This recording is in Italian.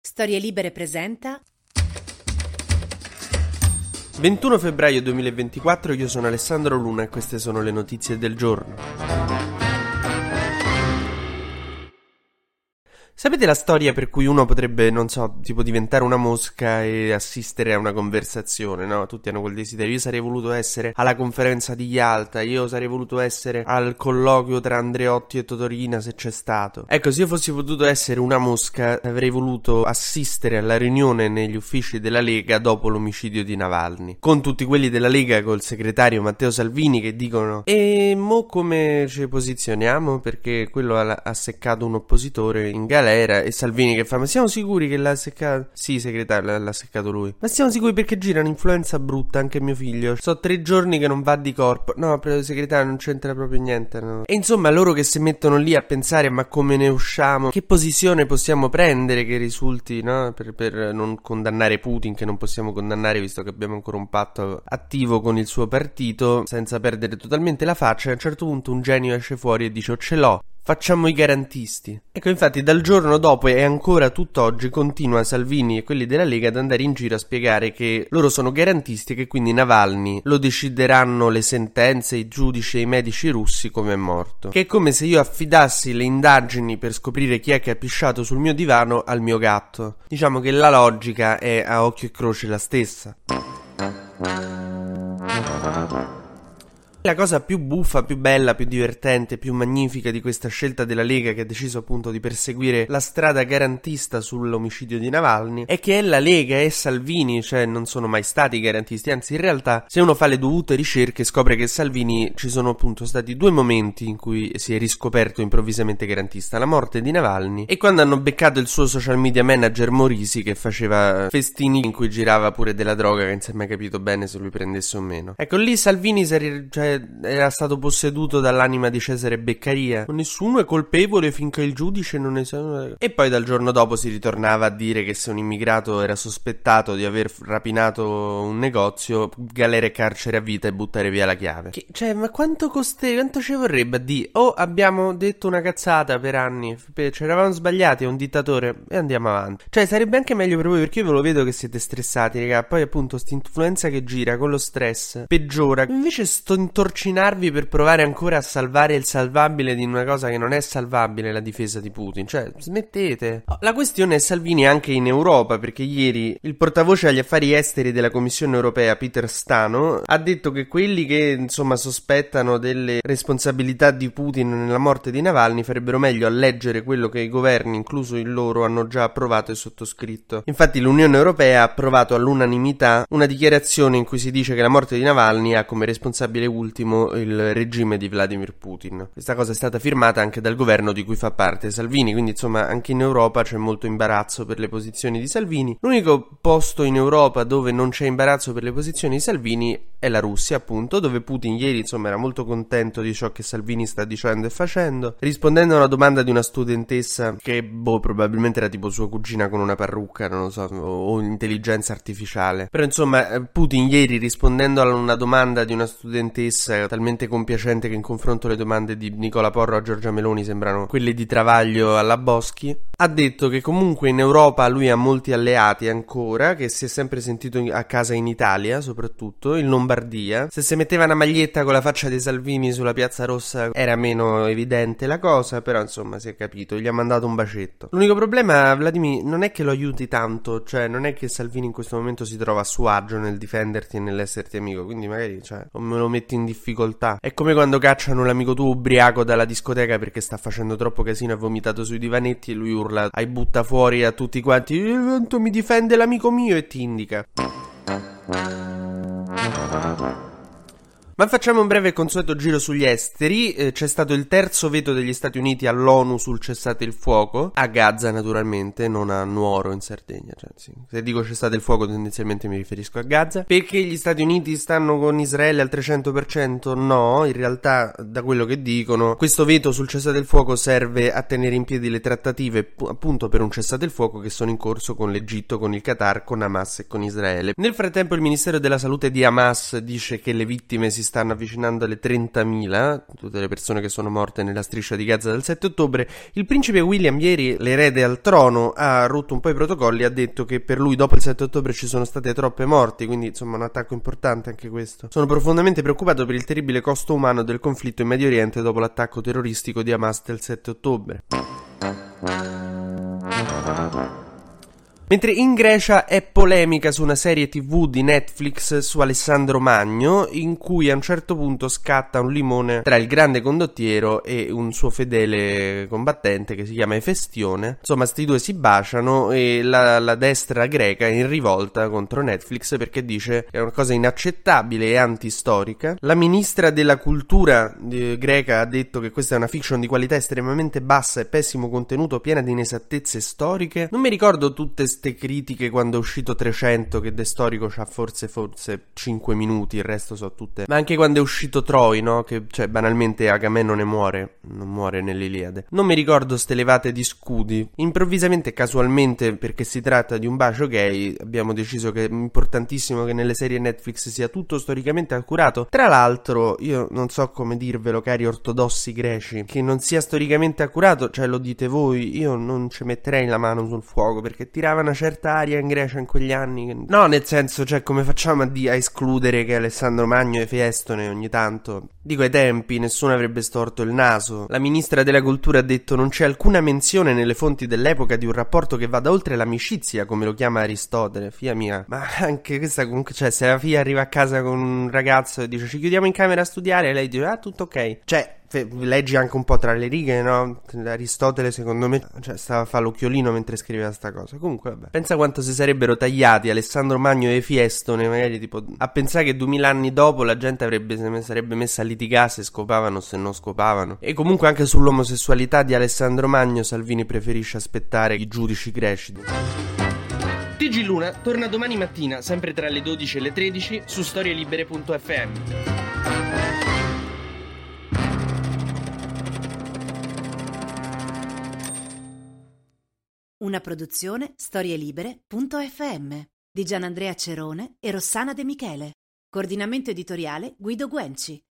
Storie Libere presenta 21 febbraio 2024, io sono Alessandro Luna e queste sono le notizie del giorno. Sapete la storia per cui uno potrebbe, non so, tipo diventare una mosca e assistere a una conversazione, no? Tutti hanno quel desiderio. Io sarei voluto essere alla conferenza di Yalta, io sarei voluto essere al colloquio tra Andreotti e Totorina se c'è stato. Ecco, se io fossi potuto essere una mosca avrei voluto assistere alla riunione negli uffici della Lega dopo l'omicidio di Navalny, con tutti quelli della Lega, col segretario Matteo Salvini che dicono: e mo come ci posizioniamo? Perché quello ha seccato un oppositore in galera. E Salvini che fa: ma siamo sicuri che l'ha seccato? Sì, segretario, l'ha seccato lui. Ma siamo sicuri perché gira un'influenza brutta anche mio figlio? So 3 giorni che non va di corpo. No, però segretario non c'entra proprio niente, no. E insomma loro che si mettono lì a pensare: ma come ne usciamo? Che posizione possiamo prendere che risulti, no? Per non condannare Putin, che non possiamo condannare visto che abbiamo ancora un patto attivo con il suo partito, senza perdere totalmente la faccia. E a un certo punto un genio esce fuori e dice: oh, ce l'ho. Facciamo i garantisti. Ecco, infatti dal giorno dopo e ancora tutt'oggi continua Salvini e quelli della Lega ad andare in giro a spiegare che loro sono garantisti e che quindi Navalny lo decideranno le sentenze, i giudici e i medici russi come è morto. Che è come se io affidassi le indagini per scoprire chi è che ha pisciato sul mio divano al mio gatto. Diciamo che la logica è a occhio e croce la stessa. La cosa più buffa, più bella, più divertente, più magnifica di questa scelta della Lega, che ha deciso appunto di perseguire la strada garantista sull'omicidio di Navalny, è che è la Lega e Salvini, cioè non sono mai stati garantisti, anzi in realtà se uno fa le dovute ricerche scopre che Salvini ci sono appunto stati 2 momenti in cui si è riscoperto improvvisamente garantista: la morte di Navalny e quando hanno beccato il suo social media manager Morisi, che faceva festini in cui girava pure della droga, che non si è mai capito bene se lui prendesse o meno. Ecco, lì Salvini era stato posseduto dall'anima di Cesare Beccaria. Nessuno è colpevole finché il giudice non è... E poi dal giorno dopo si ritornava a dire che se un immigrato era sospettato di aver rapinato un negozio, galera e carcere a vita e buttare via la chiave. Ma quanto ci vorrebbe a dire: oh, abbiamo detto una cazzata per anni, ci eravamo sbagliati, è un dittatore e andiamo avanti. Cioè sarebbe anche meglio per voi, perché io ve lo vedo che siete stressati, raga. Poi appunto sta influenza che gira con lo stress peggiora. Invece sto intorcinarvi per provare ancora a salvare il salvabile di una cosa che non è salvabile, la difesa di Putin. Cioè, smettete. La questione è Salvini anche in Europa, perché ieri il portavoce agli affari esteri della Commissione Europea, Peter Stano, ha detto che quelli che insomma sospettano delle responsabilità di Putin nella morte di Navalny farebbero meglio a leggere quello che i governi, incluso il loro, hanno già approvato e sottoscritto. Infatti l'Unione Europea ha approvato all'unanimità una dichiarazione in cui si dice che la morte di Navalny ha come responsabile ultimo il regime di Vladimir Putin. Questa cosa è stata firmata anche dal governo di cui fa parte Salvini, quindi insomma anche in Europa c'è molto imbarazzo per le posizioni di Salvini. L'unico posto in Europa dove non c'è imbarazzo per le posizioni di Salvini è la Russia, appunto, dove Putin ieri insomma era molto contento di ciò che Salvini sta dicendo e facendo, rispondendo a una domanda di una studentessa che probabilmente era tipo sua cugina con una parrucca, non lo so, o intelligenza artificiale. Però insomma Putin ieri, rispondendo a una domanda di una studentessa talmente compiacente che in confronto le domande di Nicola Porro a Giorgia Meloni sembrano quelle di Travaglio alla Boschi, ha detto che comunque in Europa lui ha molti alleati ancora, che si è sempre sentito a casa in Italia, soprattutto in Lombardia. Se si metteva una maglietta con la faccia di Salvini sulla Piazza Rossa era meno evidente la cosa, però insomma si è capito, gli ha mandato un bacetto. L'unico problema, Vladimir, non è che lo aiuti tanto, cioè non è che Salvini in questo momento si trova a suo agio nel difenderti e nell'esserti amico, quindi magari non me lo metti in difficoltà. È come quando cacciano l'amico tuo ubriaco dalla discoteca perché sta facendo troppo casino e ha vomitato sui divanetti e lui urla, hai butta fuori a tutti quanti: tanto mi difende l'amico mio, e ti indica. Ma facciamo un breve e consueto giro sugli esteri. C'è stato il terzo veto degli Stati Uniti all'ONU sul cessate il fuoco, a Gaza naturalmente, non a Nuoro in Sardegna, cioè, sì. Se dico cessate il fuoco tendenzialmente mi riferisco a Gaza. Perché gli Stati Uniti stanno con Israele al 300%? No, in realtà da quello che dicono questo veto sul cessate il fuoco serve a tenere in piedi le trattative appunto per un cessate il fuoco che sono in corso con l'Egitto, con il Qatar, con Hamas e con Israele. Nel frattempo il Ministero della Salute di Hamas dice che le vittime si si stanno avvicinando alle 30.000, tutte le persone che sono morte nella striscia di Gaza del 7 ottobre, il principe William ieri, l'erede al trono, ha rotto un po' i protocolli, ha detto che per lui dopo il 7 ottobre ci sono state troppe morti, quindi insomma un attacco importante anche questo. Sono profondamente preoccupato per il terribile costo umano del conflitto in Medio Oriente dopo l'attacco terroristico di Hamas del 7 ottobre. Mentre in Grecia è polemica su una serie TV di Netflix su Alessandro Magno, in cui a un certo punto scatta un limone tra il grande condottiero e un suo fedele combattente che si chiama Efestione. Insomma, sti due si baciano e la destra greca è in rivolta contro Netflix perché dice che è una cosa inaccettabile e antistorica. La ministra della cultura greca ha detto che questa è una fiction di qualità estremamente bassa e pessimo contenuto, piena di inesattezze storiche. Non mi ricordo tutte ste critiche quando è uscito 300, che de storico c'ha forse 5 minuti, il resto so tutte. Ma anche quando è uscito Troy, no? Che cioè banalmente Agamennone non muore nell'Iliade. Non mi ricordo ste levate di scudi. Improvvisamente, casualmente, perché si tratta di un bacio gay, abbiamo deciso che è importantissimo che nelle serie Netflix sia tutto storicamente accurato. Tra l'altro, io non so come dirvelo, cari ortodossi greci, che non sia storicamente accurato, cioè lo dite voi, io non ci metterei la mano sul fuoco perché tiravano una certa aria in Grecia in quegli anni. No, nel senso, cioè, come facciamo a escludere che Alessandro Magno e Efestone ogni tanto? Dico, ai tempi nessuno avrebbe storto il naso. La ministra della cultura ha detto non c'è alcuna menzione nelle fonti dell'epoca di un rapporto che vada oltre l'amicizia, come lo chiama Aristotele. Figlia mia, ma anche questa comunque, cioè, se la figlia arriva a casa con un ragazzo e dice ci chiudiamo in camera a studiare, e lei dice ah, tutto ok. Cioè, leggi anche un po' tra le righe, no? Aristotele secondo me, cioè, stava a fare l'occhiolino mentre scriveva sta cosa. Comunque vabbè, pensa quanto si sarebbero tagliati Alessandro Magno e Efestone, magari tipo a pensare che 2000 anni dopo la gente sarebbe messa a litigare se scopavano o se non scopavano. E comunque anche sull'omosessualità di Alessandro Magno Salvini preferisce aspettare i giudici greci. TG Luna torna domani mattina, sempre tra le 12 e le 13, su storielibere.fm. Una produzione storielibere.fm di Gianandrea Cerone e Rossana De Michele. Coordinamento editoriale Guido Guenci.